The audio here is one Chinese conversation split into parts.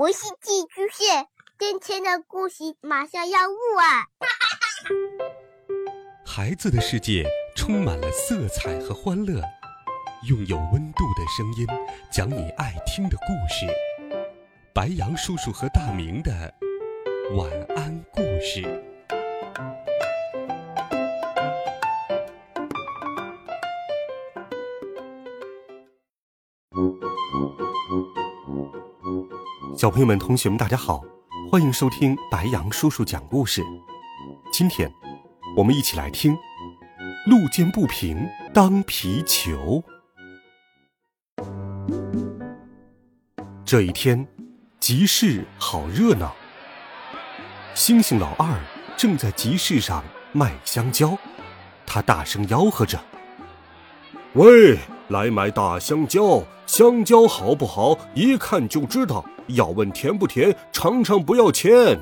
我是寄居蟹，今天的故事马上要录啊！ 孩子的世界充满了色彩和欢乐，用有温度的声音讲你爱听的故事。白羊叔叔和大明的晚安故事。小朋友们、同学们，大家好，欢迎收听白羊叔叔讲故事。今天我们一起来听路见不平当皮球。这一天集市好热闹，星星老二正在集市上卖香蕉，他大声吆喝着： 喂，来买大香蕉，香蕉好不好一看就知道，要问甜不甜，尝尝不要钱。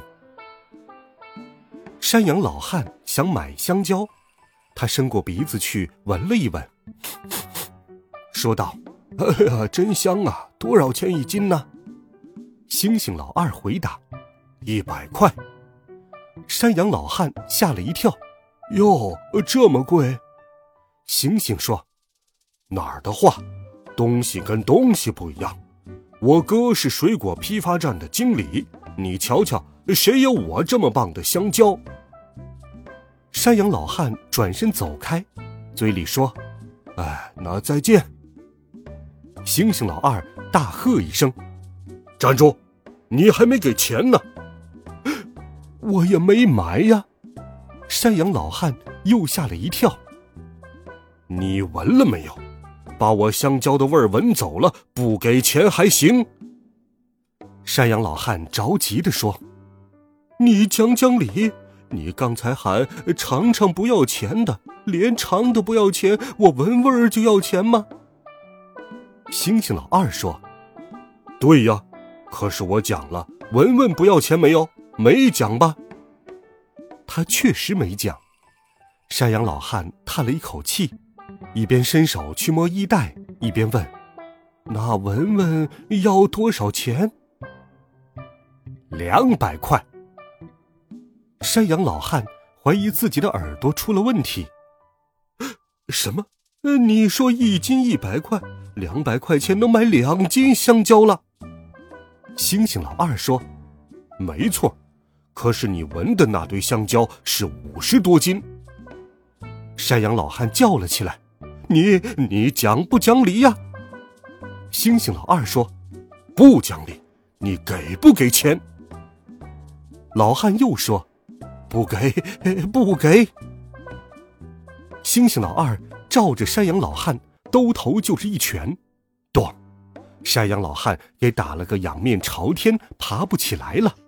山羊老汉想买香蕉，他伸过鼻子去闻了一闻，说道： 哎呀，真香啊，多少钱一斤呢？ 星星老二回答：100块。山羊老汉吓了一跳： 哟，这么贵？ 星星说： 哪儿的话，东西跟东西不一样。我哥是水果批发站的经理，你瞧瞧，谁有我这么棒的香蕉？ 山羊老汉转身走开，嘴里说： 哎，那再见。 星星老二大喝一声： 站住，你还没给钱呢。 我也没买呀。山羊老汉又吓了一跳。 你闻了没有？把我香蕉的味儿闻走了，不给钱还行。 山羊老汉着急地说：你讲讲理，你刚才喊尝尝不要钱的，连尝都不要钱，我闻味儿就要钱吗？星星老二说： 对呀，可是我讲了，闻闻不要钱没有？没讲吧？ 他确实没讲。山羊老汉叹了一口气，一边伸手去摸衣袋，一边问：那闻闻要多少钱 ？200块。 山羊老汉怀疑自己的耳朵出了问题。什么？你说1斤100块，200块钱能买2斤香蕉了？星星老二说： 没错，可是你闻的那堆香蕉是50多斤。 山羊老汉叫了起来：你讲不讲理呀？星星老二说： 不讲理，你给不给钱？ 老汉又说：不给，不给。星星老二照着山羊老汉兜头就是一拳，咚！山羊老汉给打了个仰面朝天，爬不起来了。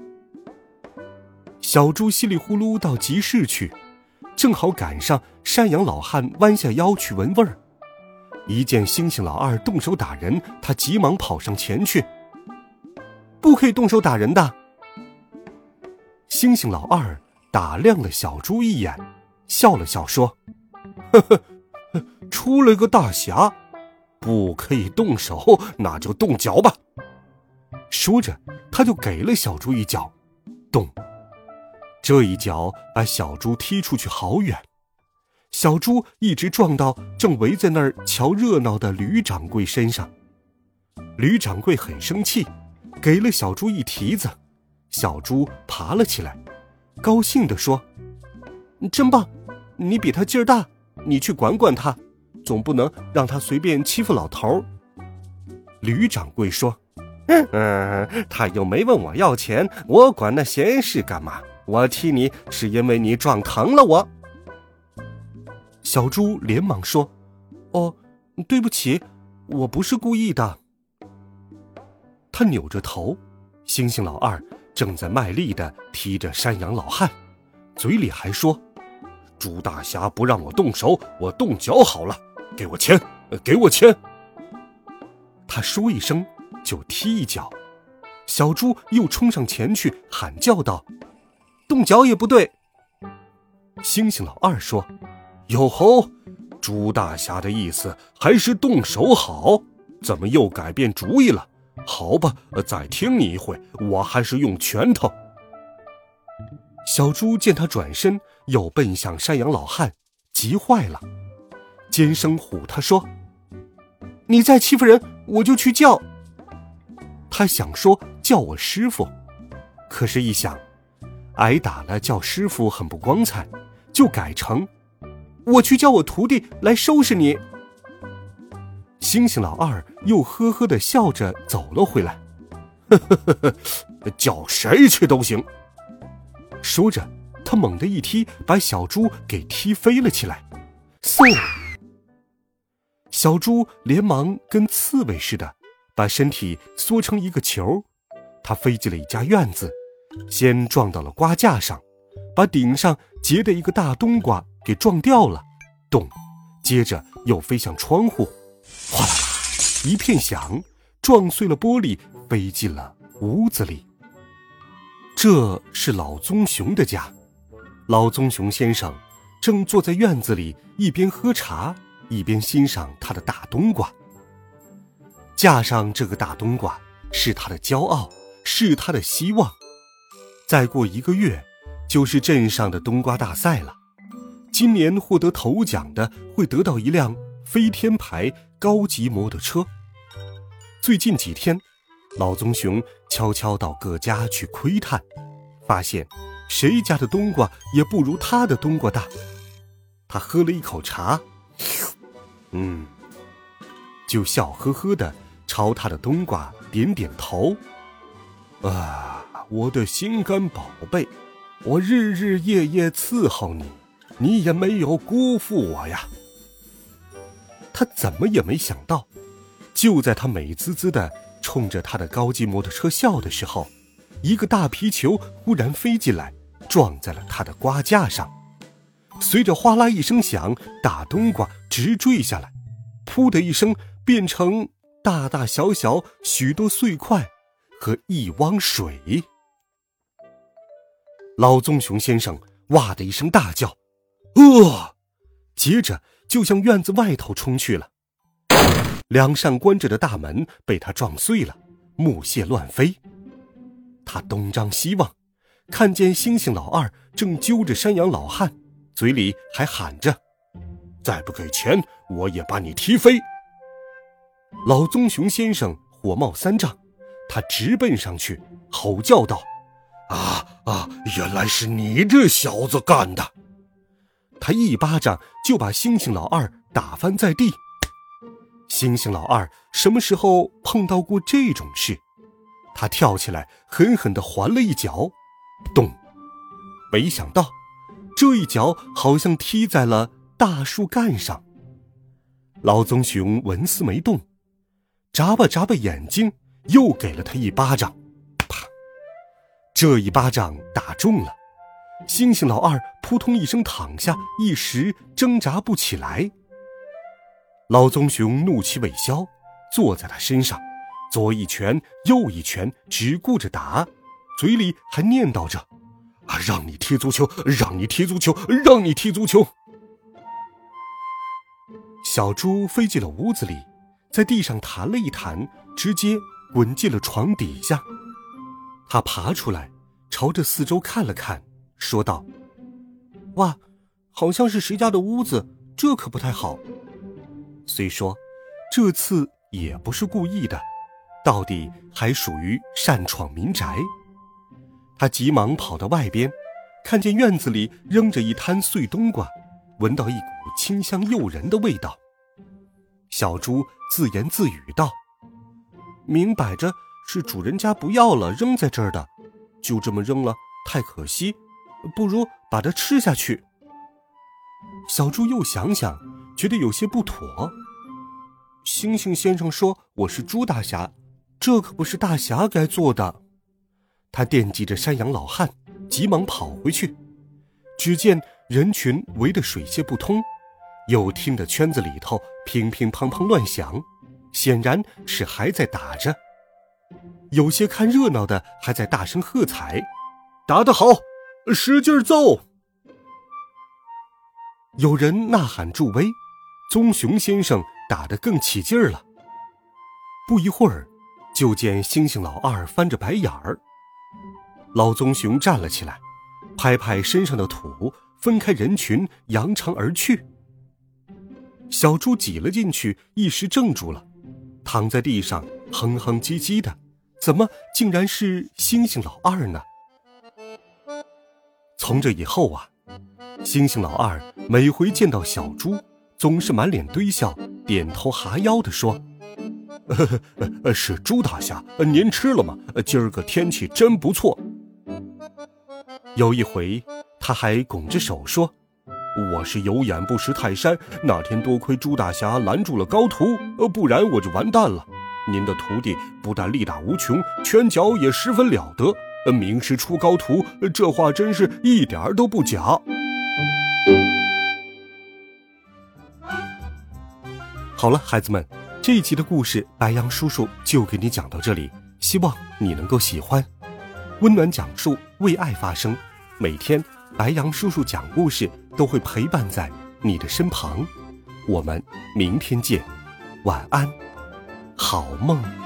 小猪稀里呼噜到集市去，正好赶上山羊老汉弯下腰去闻味儿。一见星星老二动手打人，他急忙跑上前去：不可以动手打人的。星星老二打量了小猪一眼，笑了笑说：呵呵，出了个大侠，不可以动手，那就动脚吧。说着他就给了小猪一脚，咚！这一脚把小猪踢出去好远，小猪一直撞到正围在那儿瞧热闹的吕掌柜身上。吕掌柜很生气，给了小猪一蹄子，小猪爬了起来，高兴地说：真棒，你比他劲儿大，你去管管他，总不能让他随便欺负老头。吕掌柜说：他又没问我要钱，我管那闲事干嘛？我踢你是因为你撞疼了我。小猪连忙说：哦，对不起，我不是故意的。他扭着头，星星老二正在卖力地踢着山羊老汉，嘴里还说：猪大侠不让我动手，我动脚好了，给我钱，给我钱。他说一声就踢一脚，小猪又冲上前去喊叫道：动脚也不对。星星老二说：哟吼，猪大侠的意思还是动手好，怎么又改变主意了？ 好吧，再听你一回，我还是用拳头。 小猪见他转身又奔向山羊老汉，急坏了，尖声唬他说：你再欺负人，我就去叫。他想说叫我师傅，可是一想挨打了叫师傅很不光彩，就改成我去叫我徒弟来收拾你。猩猩老二又呵呵地笑着走了回来， 呵呵呵呵，叫谁去都行。 说着他猛地一踢，把小猪给踢飞了起来。嗖！小猪连忙跟刺猬似的把身体缩成一个球，他飞进了一家院子，先撞到了瓜架上，把顶上结的一个大冬瓜给撞掉了，咚！接着又飞向窗户，哗啦啦一片响，撞碎了玻璃，飞进了屋子里。这是老棕熊的家，老棕熊先生正坐在院子里，一边喝茶一边欣赏他的大冬瓜。架上这个大冬瓜是他的骄傲，是他的希望。再过1个月就是镇上的冬瓜大赛了，今年获得头奖的会得到一辆飞天牌高级摩托车。最近几天老棕熊悄悄到各家去窥探，发现谁家的冬瓜也不如他的冬瓜大。他喝了一口茶，就笑呵呵地朝他的冬瓜点点头。啊，我的心肝宝贝，我日日夜夜伺候你，你也没有辜负我呀。他怎么也没想到，就在他美滋滋地冲着他的高级摩托车笑的时候，一个大皮球忽然飞进来，撞在了他的瓜架上。随着哗啦一声响，大冬瓜直坠下来，噗的一声变成大大小小许多碎块和一汪水。老棕熊先生哇的一声大叫，接着就向院子外头冲去了。2扇关着的大门被他撞碎了，木屑乱飞。他东张西望，看见猩猩老二正揪着山羊老汉，嘴里还喊着： 再不给钱，我也把你踢飞。 老棕熊先生火冒三丈，他直奔上去，吼叫道： 原来是你这小子干的！ 他一巴掌就把猩猩老二打翻在地。猩猩老二什么时候碰到过这种事？他跳起来狠狠地还了一脚，咚！没想到这一脚好像踢在了大树干上。老棕熊纹丝没动，眨巴眨巴眼睛，又给了他一巴掌。啪！这一巴掌打中了，猩猩老二扑通一声躺下，一时挣扎不起来。老棕熊怒气未消，坐在他身上，左一拳右一拳，只顾着打，嘴里还念叨着：让你踢足球，让你踢足球，让你踢足球。小猪飞进了屋子里，在地上弹了一弹，直接滚进了床底下。他爬出来，朝着四周看了看，说道：哇，好像是谁家的屋子，这可不太好。虽说这次也不是故意的，到底还属于擅闯民宅。他急忙跑到外边，看见院子里扔着一滩碎冬瓜，闻到一股清香诱人的味道。小猪自言自语道：明摆着是主人家不要了扔在这儿的，就这么扔了太可惜，不如把它吃下去。小猪又想想，觉得有些不妥。猩猩先生说我是猪大侠，这可不是大侠该做的。他惦记着山羊老汉，急忙跑回去。只见人群围得水泄不通，又听得圈子里头乒乒乓乓乱响，显然是还在打着。有些看热闹的还在大声喝彩：打得好，使劲揍！有人呐喊助威，棕熊先生打得更起劲儿了。不一会儿， 就见猩猩老二翻着白眼儿。老棕熊站了起来，拍拍身上的土，分开人群，扬长而去。小猪挤了进去，一时怔住了，躺在地上哼哼唧唧的，怎么竟然是猩猩老二呢？从这以后啊，猩猩老二每回见到小猪，总是满脸堆笑，点头哈腰地说：是猪大侠，您吃了吗？今儿个天气真不错。有一回他还拱着手说：我是有眼不识泰山，那天多亏朱大侠拦住了高徒，不然我就完蛋了。您的徒弟不但力大无穷，拳脚也十分了得，名师出高徒，这话真是一点都不假。好了，孩子们，这一集的故事白羊叔叔就给你讲到这里，希望你能够喜欢。温暖讲述，为爱发声，每天白羊叔叔讲故事都会陪伴在你的身旁。我们明天见，晚安，好梦。